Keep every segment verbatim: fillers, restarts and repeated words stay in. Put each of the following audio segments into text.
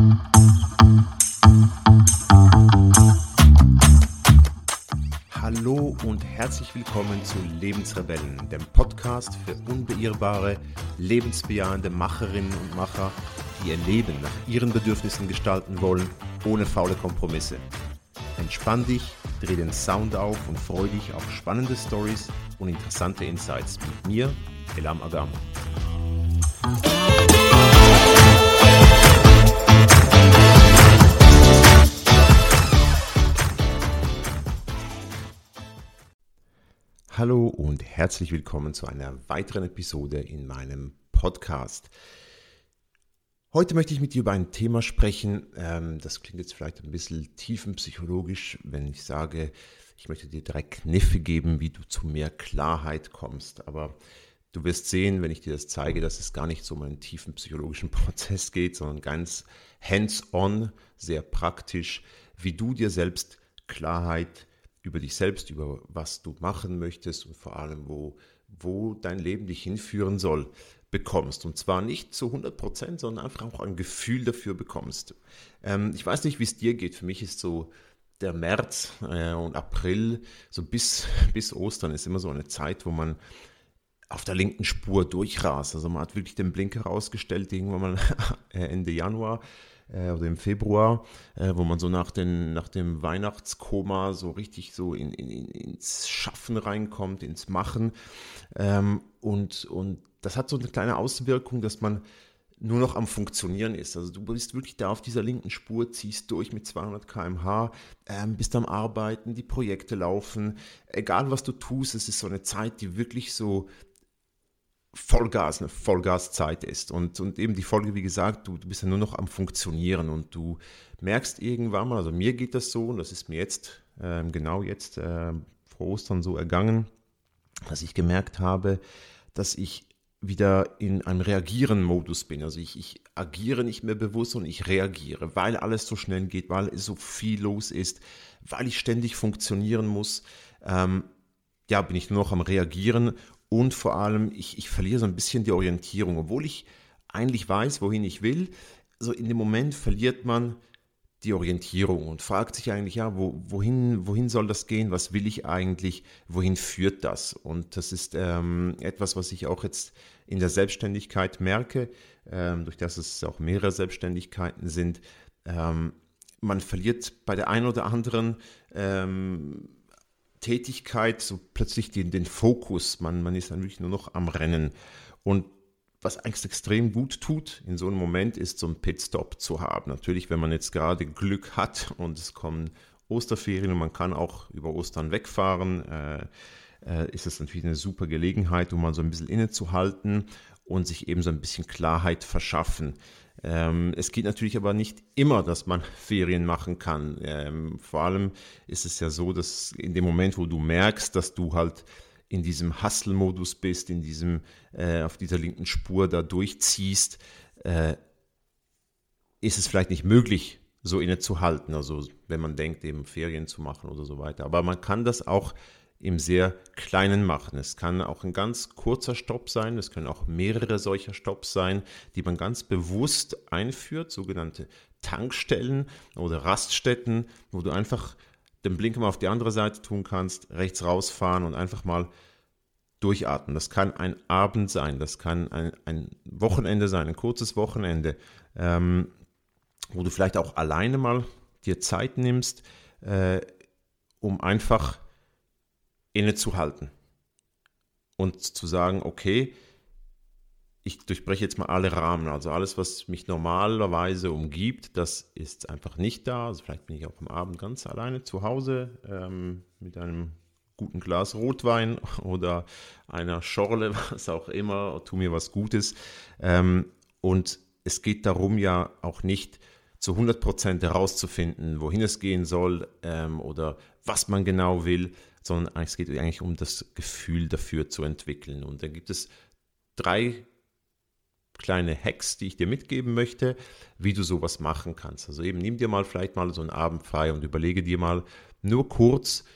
Hallo und herzlich willkommen zu Lebensrebellen, dem Podcast für unbeirrbare, lebensbejahende Macherinnen und Macher, die ihr Leben nach ihren Bedürfnissen gestalten wollen, ohne faule Kompromisse. Entspann dich, dreh den Sound auf und freu dich auf spannende Stories und interessante Insights mit mir, Elam Agam. Hallo und herzlich willkommen zu einer weiteren Episode in meinem Podcast. Heute möchte ich mit dir über ein Thema sprechen, ähm, das klingt jetzt vielleicht ein bisschen tiefenpsychologisch, wenn ich sage, ich möchte dir drei Kniffe geben, wie du zu mehr Klarheit kommst. Aber du wirst sehen, wenn ich dir das zeige, dass es gar nicht so um einen tiefen psychologischen Prozess geht, sondern ganz hands-on, sehr praktisch, wie du dir selbst Klarheit über dich selbst, über was du machen möchtest und vor allem, wo, wo dein Leben dich hinführen soll, bekommst. Und zwar nicht zu hundert Prozent, sondern einfach auch ein Gefühl dafür bekommst. Ähm, ich weiß nicht, wie es dir geht. Für mich ist so der März äh, und April, so bis, bis Ostern ist immer so eine Zeit, wo man auf der linken Spur durchrast. Also man hat wirklich den Blinker rausgestellt, irgendwann mal Ende Januar äh, oder im Februar, äh, wo man so nach, den, nach dem Weihnachtskoma so richtig so in, in, ins Schaffen reinkommt, ins Machen. Ähm, und, und das hat so eine kleine Auswirkung, dass man nur noch am Funktionieren ist. Also du bist wirklich da auf dieser linken Spur, ziehst durch mit zweihundert Kilometer pro Stunde, ähm, bist am Arbeiten, die Projekte laufen. Egal was du tust, es ist so eine Zeit, die wirklich so Vollgas, eine Vollgaszeit ist. Und, und eben die Folge, wie gesagt, du, du bist ja nur noch am Funktionieren und du merkst irgendwann mal, also mir geht das so und das ist mir jetzt, äh, genau jetzt äh, vor Ostern so ergangen, dass ich gemerkt habe, dass ich wieder in einem Reagieren-Modus bin. Also ich, ich agiere nicht mehr bewusst und ich reagiere, weil alles so schnell geht, weil es so viel los ist, weil ich ständig funktionieren muss. Ähm, ja, bin ich nur noch am Reagieren und vor allem, ich, ich verliere so ein bisschen die Orientierung, obwohl ich eigentlich weiß, wohin ich will. So in dem Moment verliert man die Orientierung und fragt sich eigentlich, ja, wo, wohin, wohin soll das gehen, was will ich eigentlich, wohin führt das? Und das ist ähm, etwas, was ich auch jetzt in der Selbstständigkeit merke, ähm, durch das es auch mehrere Selbstständigkeiten sind. Ähm, man verliert bei der einen oder anderen ähm, Tätigkeit so plötzlich den, den Fokus, man, man ist dann wirklich nur noch am Rennen. Und was eigentlich extrem gut tut in so einem Moment, ist so einen Pitstop zu haben. Natürlich, wenn man jetzt gerade Glück hat und es kommen Osterferien und man kann auch über Ostern wegfahren, äh, äh, ist es natürlich eine super Gelegenheit, um mal so ein bisschen innezuhalten und sich eben so ein bisschen Klarheit verschaffen. Ähm, es geht natürlich aber nicht immer, dass man Ferien machen kann. Ähm, vor allem ist es ja so, dass in dem Moment, wo du merkst, dass du halt in diesem Hustle-Modus bist, in diesem, äh, auf dieser linken Spur da durchziehst, äh, ist es vielleicht nicht möglich, so innezuhalten. Also wenn man denkt, eben Ferien zu machen oder so weiter. Aber man kann das auch im sehr Kleinen machen. Es kann auch ein ganz kurzer Stopp sein, es können auch mehrere solcher Stopps sein, die man ganz bewusst einführt, sogenannte Tankstellen oder Raststätten, wo du einfach den Blinker mal auf die andere Seite tun kannst, rechts rausfahren und einfach mal durchatmen. Das kann ein Abend sein, das kann ein, ein Wochenende sein, ein kurzes Wochenende, ähm, wo du vielleicht auch alleine mal dir Zeit nimmst, äh, um einfach innezuhalten und zu sagen, okay, ich durchbreche jetzt mal alle Rahmen, also alles, was mich normalerweise umgibt, das ist einfach nicht da. Also vielleicht bin ich auch am Abend ganz alleine zu Hause ähm, mit einem guten Glas Rotwein oder einer Schorle, was auch immer, tu mir was Gutes. Ähm, und es geht darum ja auch nicht zu hundert Prozent herauszufinden, wohin es gehen soll ähm, oder was man genau will, sondern es geht eigentlich um das Gefühl dafür zu entwickeln. Und da gibt es drei kleine Hacks, die ich dir mitgeben möchte, wie du sowas machen kannst. Also eben nimm dir mal vielleicht mal so einen Abend frei und überlege dir mal nur kurz,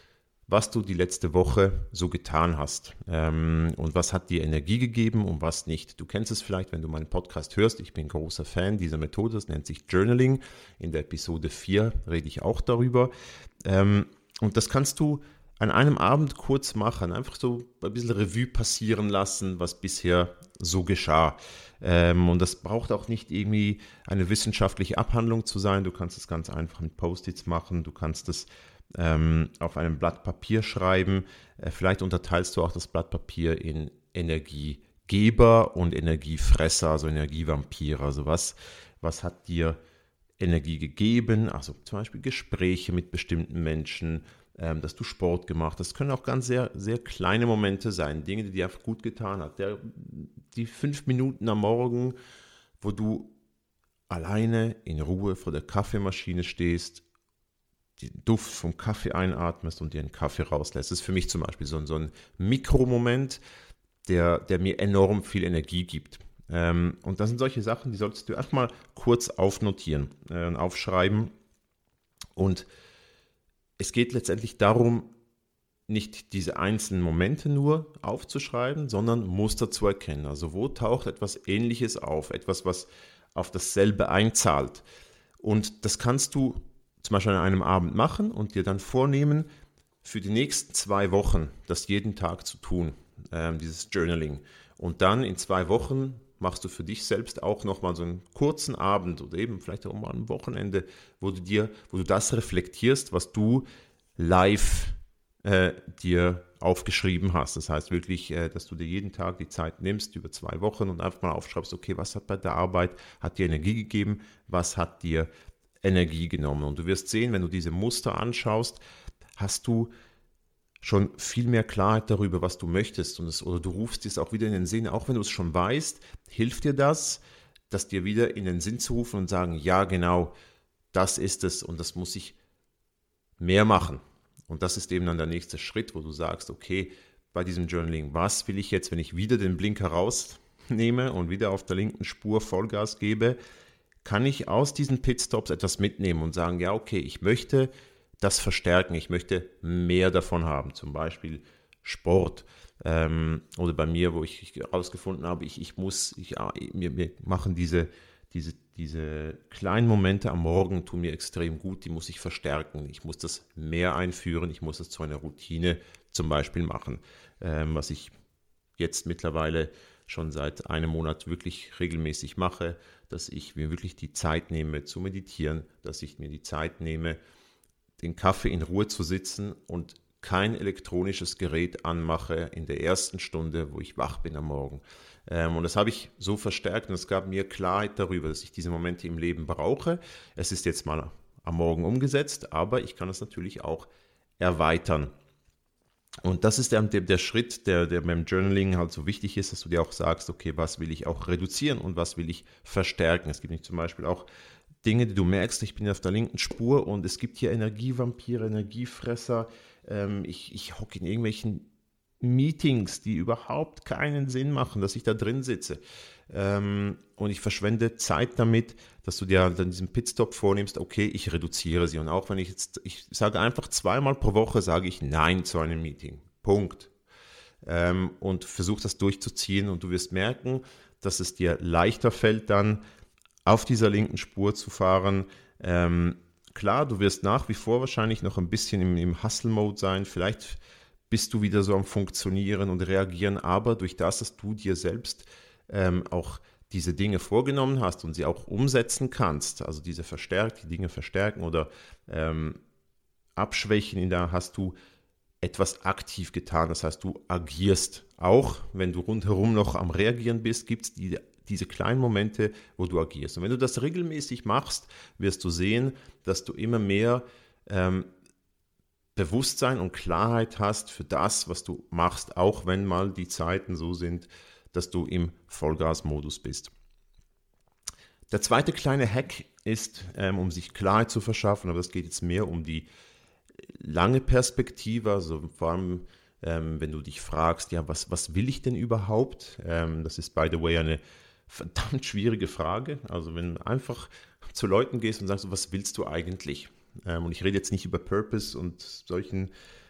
was du die letzte Woche so getan hast ähm, und was hat dir Energie gegeben und was nicht. Du kennst es vielleicht, wenn du meinen Podcast hörst. Ich bin großer Fan dieser Methode, das nennt sich Journaling. In der Episode vier rede ich auch darüber. Ähm, und das kannst du an einem Abend kurz machen, einfach so ein bisschen Revue passieren lassen, was bisher so geschah. Ähm, und das braucht auch nicht irgendwie eine wissenschaftliche Abhandlung zu sein. Du kannst es ganz einfach mit Post-its machen, du kannst es ähm, auf einem Blatt Papier schreiben. Äh, vielleicht unterteilst du auch das Blatt Papier in Energiegeber und Energiefresser, also Energievampire. Also was, was hat dir Energie gegeben? Also zum Beispiel Gespräche mit bestimmten Menschen, ähm, dass du Sport gemacht hast. Das können auch ganz sehr, sehr kleine Momente sein, Dinge, die dir einfach gut getan hat. Der, die fünf Minuten am Morgen, wo du alleine in Ruhe vor der Kaffeemaschine stehst, den Duft vom Kaffee einatmest und dir einen Kaffee rauslässt. Das ist für mich zum Beispiel so, so ein Mikromoment, der, der mir enorm viel Energie gibt. Ähm, und das sind solche Sachen, die solltest du erstmal kurz aufnotieren, äh, aufschreiben. Und es geht letztendlich darum, nicht diese einzelnen Momente nur aufzuschreiben, sondern Muster zu erkennen. Also wo taucht etwas Ähnliches auf, etwas, was auf dasselbe einzahlt. Und das kannst du zum Beispiel an einem Abend machen und dir dann vornehmen, für die nächsten zwei Wochen das jeden Tag zu tun, ähm, dieses Journaling. Und dann in zwei Wochen machst du für dich selbst auch nochmal so einen kurzen Abend oder eben vielleicht auch mal ein Wochenende, wo du dir, wo du das reflektierst, was du live äh, dir aufgeschrieben hast. Das heißt wirklich, äh, dass du dir jeden Tag die Zeit nimmst über zwei Wochen und einfach mal aufschreibst, okay, was hat bei der Arbeit, hat dir Energie gegeben, was hat dir Energie genommen. Und du wirst sehen, wenn du diese Muster anschaust, hast du schon viel mehr Klarheit darüber, was du möchtest. Und es, oder du rufst es auch wieder in den Sinn, auch wenn du es schon weißt, hilft dir das, das dir wieder in den Sinn zu rufen und sagen, ja genau, das ist es und das muss ich mehr machen. Und das ist eben dann der nächste Schritt, wo du sagst, okay, bei diesem Journaling, was will ich jetzt, wenn ich wieder den Blinker rausnehme und wieder auf der linken Spur Vollgas gebe, kann ich aus diesen Pitstops etwas mitnehmen und sagen, ja, okay, ich möchte das verstärken, ich möchte mehr davon haben, zum Beispiel Sport ähm, oder bei mir, wo ich herausgefunden habe, ich, ich muss, ich, wir, wir machen diese, diese, diese kleinen Momente am Morgen, tun mir extrem gut, die muss ich verstärken, ich muss das mehr einführen, ich muss das zu einer Routine zum Beispiel machen, ähm, was ich jetzt mittlerweile schon seit einem Monat wirklich regelmäßig mache, dass ich mir wirklich die Zeit nehme zu meditieren, dass ich mir die Zeit nehme, den Kaffee in Ruhe zu sitzen und kein elektronisches Gerät anmache in der ersten Stunde, wo ich wach bin am Morgen. Ähm, und das habe ich so verstärkt und es gab mir Klarheit darüber, dass ich diese Momente im Leben brauche. Es ist jetzt mal am Morgen umgesetzt, aber ich kann es natürlich auch erweitern. Und das ist der, der, der Schritt, der, der beim Journaling halt so wichtig ist, dass du dir auch sagst, okay, was will ich auch reduzieren und was will ich verstärken. Es gibt nicht zum Beispiel auch Dinge, die du merkst, ich bin auf der linken Spur und es gibt hier Energievampire, Energiefresser. Ähm, ich ich hocke in irgendwelchen Meetings, die überhaupt keinen Sinn machen, dass ich da drin sitze. Ähm, und ich verschwende Zeit damit, dass du dir dann diesen Pitstop vornimmst, okay, ich reduziere sie. Und auch wenn ich jetzt, ich sage einfach zweimal pro Woche, sage ich Nein zu einem Meeting. Punkt. Ähm, und versuch das durchzuziehen und du wirst merken, dass es dir leichter fällt, dann auf dieser linken Spur zu fahren. Ähm, klar, du wirst nach wie vor wahrscheinlich noch ein bisschen im, im Hustle-Mode sein. Vielleicht bist du wieder so am Funktionieren und Reagieren, aber durch das, dass du dir selbst ähm, auch diese Dinge vorgenommen hast und sie auch umsetzen kannst, also diese verstärkt, die Dinge verstärken oder ähm, abschwächen, in der hast du etwas aktiv getan. Das heißt, du agierst. Auch wenn du rundherum noch am Reagieren bist, gibt es die, diese kleinen Momente, wo du agierst. Und wenn du das regelmäßig machst, wirst du sehen, dass du immer mehr ähm, Bewusstsein und Klarheit hast für das, was du machst, auch wenn mal die Zeiten so sind, dass du im Vollgasmodus bist. Der zweite kleine Hack ist, ähm, um sich Klarheit zu verschaffen, aber das geht jetzt mehr um die lange Perspektive, also vor allem, ähm, wenn du dich fragst, ja, was, was will ich denn überhaupt? Ähm, das ist, by the way, eine verdammt schwierige Frage. Also wenn du einfach zu Leuten gehst und sagst, was willst du eigentlich? Ähm, und ich rede jetzt nicht über Purpose und solchen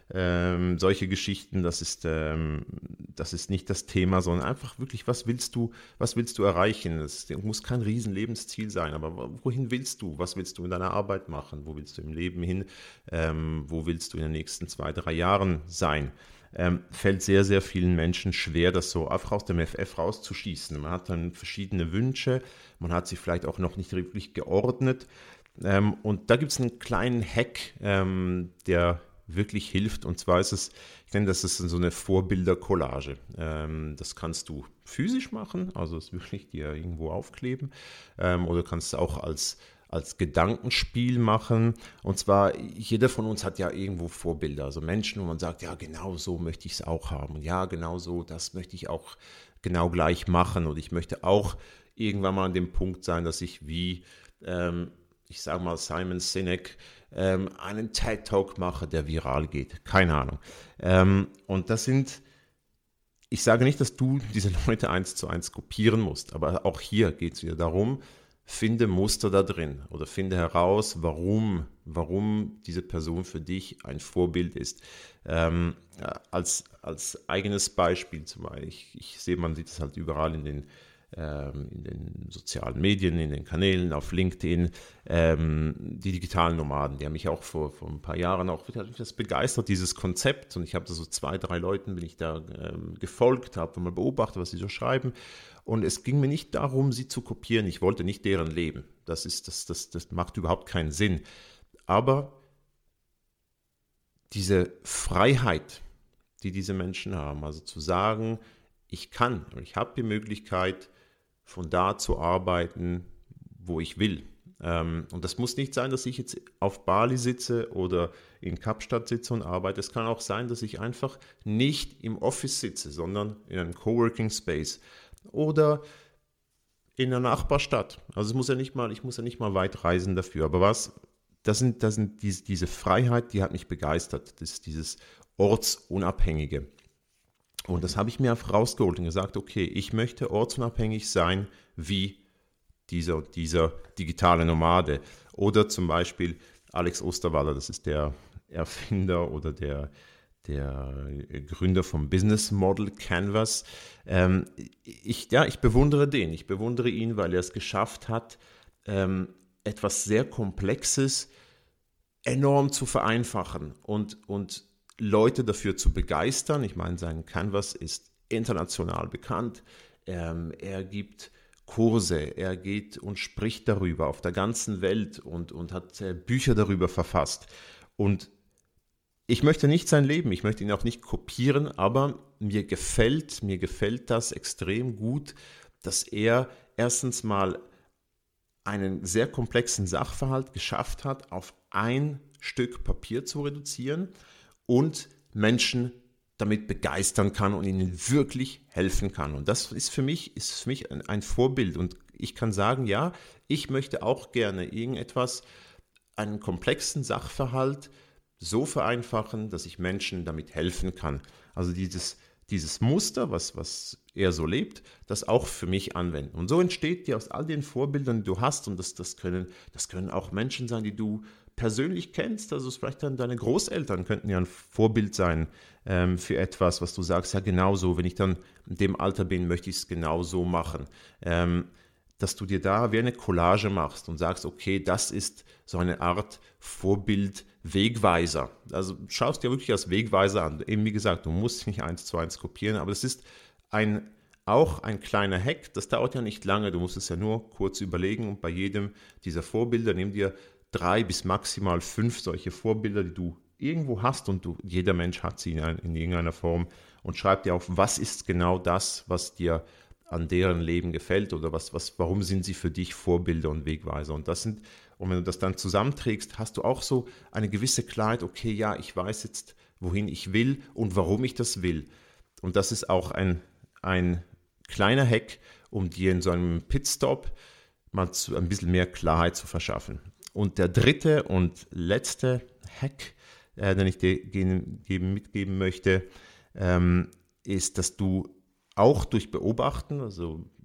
ähm, solche Geschichten, das ist, ähm, das ist nicht das Thema, sondern einfach wirklich, was willst du, was willst du erreichen? Es muss kein Riesenlebensziel sein, aber wohin willst du? Was willst du in deiner Arbeit machen? Wo willst du im Leben hin? Ähm, wo willst du in den nächsten zwei, drei Jahren sein? Ähm, fällt sehr, sehr vielen Menschen schwer, das so einfach aus dem F F rauszuschießen. Man hat dann verschiedene Wünsche, man hat sie vielleicht auch noch nicht wirklich geordnet. Ähm, und da gibt es einen kleinen Hack, ähm, der wirklich hilft. Und zwar ist es, ich nenne das ist so eine Vorbilder-Collage. Ähm, das kannst du physisch machen, also es wirklich dir irgendwo aufkleben. Ähm, oder kannst du auch als als Gedankenspiel machen. Und zwar, jeder von uns hat ja irgendwo Vorbilder, also Menschen, wo man sagt, ja, genau so möchte ich es auch haben. Und ja, genau so, das möchte ich auch genau gleich machen. Und ich möchte auch irgendwann mal an dem Punkt sein, dass ich wie, ähm, ich sage mal, Simon Sinek ähm, einen TED-Talk mache, der viral geht. Keine Ahnung. Ähm, und das sind, ich sage nicht, dass du diese Leute eins zu eins kopieren musst, aber auch hier geht es wieder darum, finde Muster da drin oder finde heraus, warum, warum diese Person für dich ein Vorbild ist. Ähm, als, als eigenes Beispiel zum Beispiel, ich, ich sehe, man sieht es halt überall in den, ähm, in den sozialen Medien, in den Kanälen, auf LinkedIn, ähm, die digitalen Nomaden, die haben mich auch vor, vor ein paar Jahren auch wieder das begeistert, dieses Konzept. Und ich habe da so zwei, drei Leuten, bin ich da ähm, gefolgt, habe mal beobachtet, was sie so schreiben. Und es ging mir nicht darum, sie zu kopieren. Ich wollte nicht deren Leben. Das ist, das, das, das macht überhaupt keinen Sinn. Aber diese Freiheit, die diese Menschen haben, also zu sagen, ich kann, ich habe die Möglichkeit, von da zu arbeiten, wo ich will. Und das muss nicht sein, dass ich jetzt auf Bali sitze oder in Kapstadt sitze und arbeite. Es kann auch sein, dass ich einfach nicht im Office sitze, sondern in einem Coworking Space oder in der Nachbarstadt. Also es muss ja nicht mal, ich muss ja nicht mal weit reisen dafür. Aber was, das sind, das sind diese, diese Freiheit, die hat mich begeistert. Das ist dieses Ortsunabhängige. Und das habe ich mir rausgeholt und gesagt, okay, ich möchte ortsunabhängig sein wie dieser, dieser digitale Nomade. Oder zum Beispiel Alex Osterwalder, das ist der Erfinder oder der der Gründer vom Business Model Canvas. Ähm, ich, ja, ich bewundere den. Ich bewundere ihn, weil er es geschafft hat, ähm, etwas sehr Komplexes enorm zu vereinfachen und, und Leute dafür zu begeistern. Ich meine, sein Canvas ist international bekannt. Ähm, er gibt Kurse, er geht und spricht darüber auf der ganzen Welt und, und hat äh, Bücher darüber verfasst. Und ich möchte nicht sein Leben, ich möchte ihn auch nicht kopieren, aber mir gefällt, mir gefällt das extrem gut, dass er erstens mal einen sehr komplexen Sachverhalt geschafft hat, auf ein Stück Papier zu reduzieren und Menschen damit begeistern kann und ihnen wirklich helfen kann. Und das ist für mich, ist für mich ein, ein Vorbild. Und ich kann sagen, ja, ich möchte auch gerne irgendetwas, einen komplexen Sachverhalt so vereinfachen, dass ich Menschen damit helfen kann. Also dieses, dieses Muster, was, was er so lebt, das auch für mich anwenden. Und so entsteht dir aus all den Vorbildern, die du hast, und das, das, können, das können auch Menschen sein, die du persönlich kennst, also vielleicht dann deine Großeltern könnten ja ein Vorbild sein ähm, für etwas, was du sagst, ja genau so, wenn ich dann in dem Alter bin, möchte ich es genau so machen. Ähm, dass du dir da wie eine Collage machst und sagst, okay, das ist so eine Art Vorbild, Wegweiser. Also schaust dir wirklich als Wegweiser an. Eben wie gesagt, du musst nicht eins zu eins kopieren, aber es ist ein, auch ein kleiner Hack. Das dauert ja nicht lange, du musst es ja nur kurz überlegen und bei jedem dieser Vorbilder nimm dir drei bis maximal fünf solche Vorbilder, die du irgendwo hast und du, jeder Mensch hat sie in, in irgendeiner Form und schreib dir auf, was ist genau das, was dir an deren Leben gefällt oder was, was, warum sind sie für dich Vorbilder und Wegweiser. Und das sind, und wenn du das dann zusammenträgst, hast du auch so eine gewisse Klarheit, okay, ja, ich weiß jetzt, wohin ich will und warum ich das will. Und das ist auch ein, ein kleiner Hack, um dir in so einem Pitstop mal zu, ein bisschen mehr Klarheit zu verschaffen. Und der dritte und letzte Hack, äh, den ich dir mitgeben möchte, ähm, ist, dass du auch durch Beobachten, also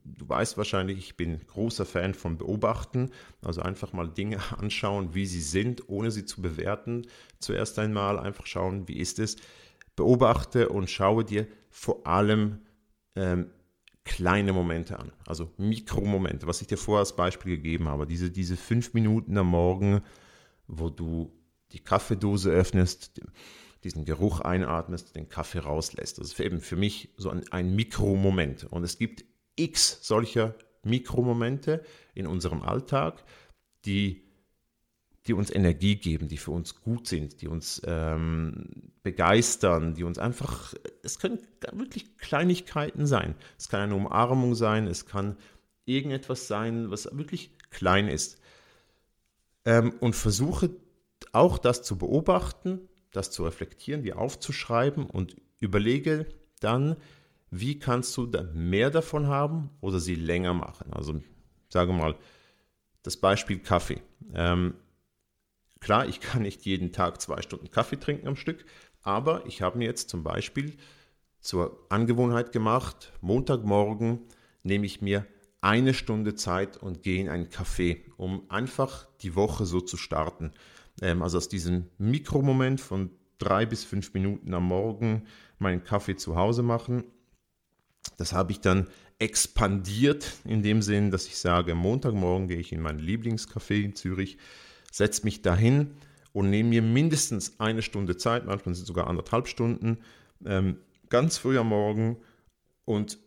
du weißt wahrscheinlich, ich bin großer Fan von Beobachten, also einfach mal Dinge anschauen, wie sie sind, ohne sie zu bewerten. Zuerst einmal einfach schauen, wie ist es. Beobachte und schaue dir vor allem ähm, kleine Momente an, also Mikromomente, was ich dir vorher als Beispiel gegeben habe. Diese, diese fünf Minuten am Morgen, wo du die Kaffeedose öffnest, diesen Geruch einatmest, den Kaffee rauslässt. Das ist eben für mich so ein, ein Mikromoment. Und es gibt x solcher Mikromomente in unserem Alltag, die, die uns Energie geben, die für uns gut sind, die uns ähm, begeistern, die uns einfach, es können wirklich Kleinigkeiten sein. Es kann eine Umarmung sein, es kann irgendetwas sein, was wirklich klein ist. Ähm, und versuche auch das zu beobachten, das zu reflektieren, dir aufzuschreiben und überlege dann, wie kannst du dann mehr davon haben oder sie länger machen. Also sage mal, das Beispiel Kaffee. Ähm, klar, ich kann nicht jeden Tag zwei Stunden Kaffee trinken am Stück, aber ich habe mir jetzt zum Beispiel zur Angewohnheit gemacht, Montagmorgen nehme ich mir eine Stunde Zeit und gehe in einen Café, um einfach die Woche so zu starten. Ähm, also aus diesem Mikromoment von drei bis fünf Minuten am Morgen meinen Kaffee zu Hause machen. Das habe ich dann expandiert in dem Sinn, dass ich sage, Montagmorgen gehe ich in mein Lieblingscafé in Zürich, setze mich dahin und nehme mir mindestens eine Stunde Zeit, manchmal sind es sogar anderthalb Stunden, ähm, ganz früh am Morgen und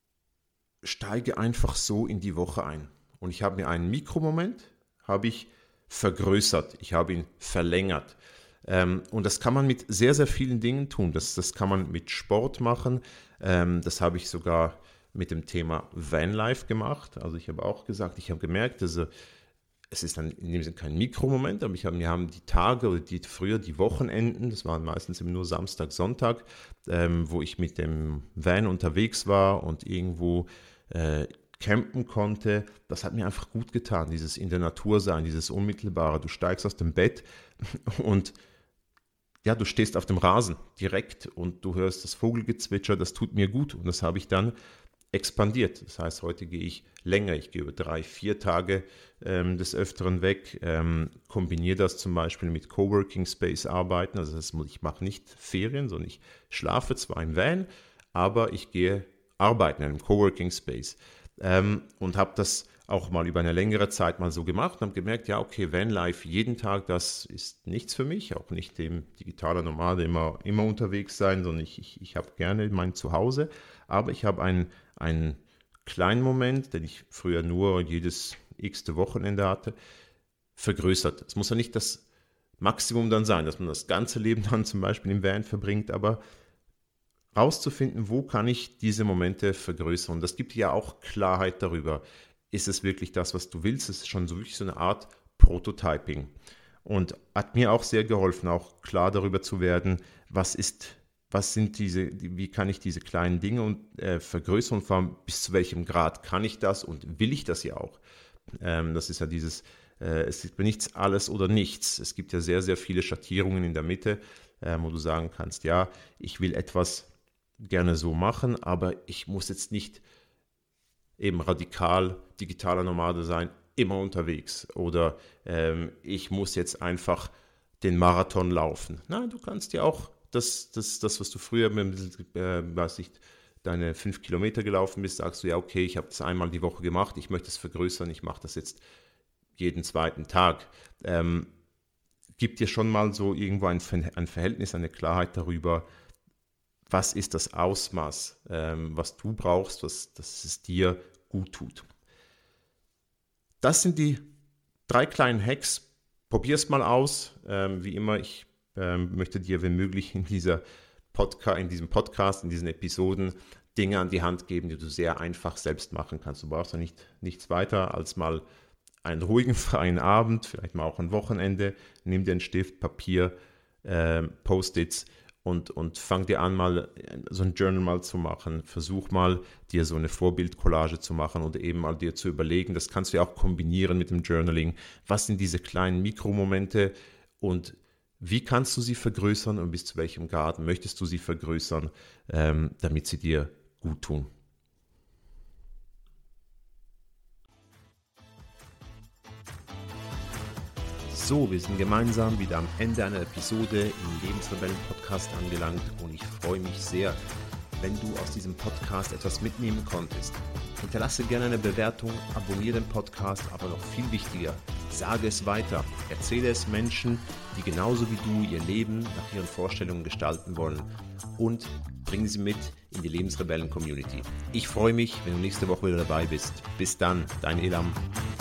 steige einfach so in die Woche ein. Und ich habe mir einen Mikromoment, habe ich vergrößert, ich habe ihn verlängert. Ähm, und das kann man mit sehr, sehr vielen Dingen tun. Das, das kann man mit Sport machen. Ähm, das habe ich sogar mit dem Thema Vanlife gemacht. Also ich habe auch gesagt, ich habe gemerkt, also es ist dann in dem Sinne kein Mikromoment, aber ich habe, wir haben die Tage oder die früher die Wochenenden, das waren meistens immer nur Samstag, Sonntag, ähm, wo ich mit dem Van unterwegs war und irgendwo äh, campen konnte. Das hat mir einfach gut getan, dieses in der Natur sein, dieses Unmittelbare. Du steigst aus dem Bett und ja, du stehst auf dem Rasen direkt und du hörst das Vogelgezwitscher, das tut mir gut und das habe ich dann expandiert. Das heißt, heute gehe ich länger, ich gehe über drei, vier Tage ähm, des Öfteren weg, ähm, kombiniere das zum Beispiel mit Coworking Space arbeiten, also das, ich mache nicht Ferien, sondern ich schlafe zwar im Van, aber ich gehe arbeiten in einem Coworking Space ähm, und habe das auch mal über eine längere Zeit mal so gemacht und habe gemerkt, ja okay, Vanlife jeden Tag, das ist nichts für mich, auch nicht dem digitaler Nomade immer, immer unterwegs sein, sondern ich, ich, ich habe gerne mein Zuhause, aber ich habe einen, einen kleinen Moment, den ich früher nur jedes x-te Wochenende hatte, vergrößert. Es muss ja nicht das Maximum dann sein, dass man das ganze Leben dann zum Beispiel im Van verbringt, aber rauszufinden, wo kann ich diese Momente vergrößern. Und das gibt ja auch Klarheit darüber, ist es wirklich das, was du willst? Es ist schon so wirklich so eine Art Prototyping. Und hat mir auch sehr geholfen, auch klar darüber zu werden, was ist, was sind diese, wie kann ich diese kleinen Dinge und, äh, vergrößern und vor allem bis zu welchem Grad kann ich das und will ich das ja auch? Ähm, das ist ja dieses, äh, es ist nichts alles oder nichts. Es gibt ja sehr, sehr viele Schattierungen in der Mitte, äh, wo du sagen kannst, ja, ich will etwas gerne so machen, aber ich muss jetzt nicht eben radikal digitaler Nomade sein, immer unterwegs oder ähm, ich muss jetzt einfach den Marathon laufen. Nein, du kannst ja auch das, das, das was du früher mit, äh, weiß ich, deine fünf Kilometer gelaufen bist, sagst du ja, okay, ich habe das einmal die Woche gemacht, ich möchte es vergrößern, ich mache das jetzt jeden zweiten Tag. Ähm, gibt dir schon mal so irgendwo ein, ein Verhältnis, eine Klarheit darüber, was ist das Ausmaß, ähm, was du brauchst, was, dass es dir gut tut. Das sind die drei kleinen Hacks. Probier es mal aus. Ähm, wie immer, ich ähm, möchte dir, wenn möglich, in, dieser Podca- in diesem Podcast, in diesen Episoden Dinge an die Hand geben, die du sehr einfach selbst machen kannst. Du brauchst ja nicht, nichts weiter als mal einen ruhigen, freien Abend, vielleicht mal auch ein Wochenende. Nimm dir einen Stift, Papier, äh, Post-its und, und fang dir an, mal so ein Journal mal zu machen. Versuch mal, dir so eine Vorbildcollage zu machen oder eben mal dir zu überlegen, das kannst du ja auch kombinieren mit dem Journaling. Was sind diese kleinen Mikromomente und wie kannst du sie vergrößern und bis zu welchem Grad möchtest du sie vergrößern, ähm, damit sie dir gut tun? So, wir sind gemeinsam wieder am Ende einer Episode im Lebensrebellen-Podcast angelangt und ich freue mich sehr, wenn du aus diesem Podcast etwas mitnehmen konntest. Hinterlasse gerne eine Bewertung, abonniere den Podcast, aber noch viel wichtiger, sage es weiter, erzähle es Menschen, die genauso wie du ihr Leben nach ihren Vorstellungen gestalten wollen und bringe sie mit in die Lebensrebellen-Community. Ich freue mich, wenn du nächste Woche wieder dabei bist. Bis dann, dein Elam.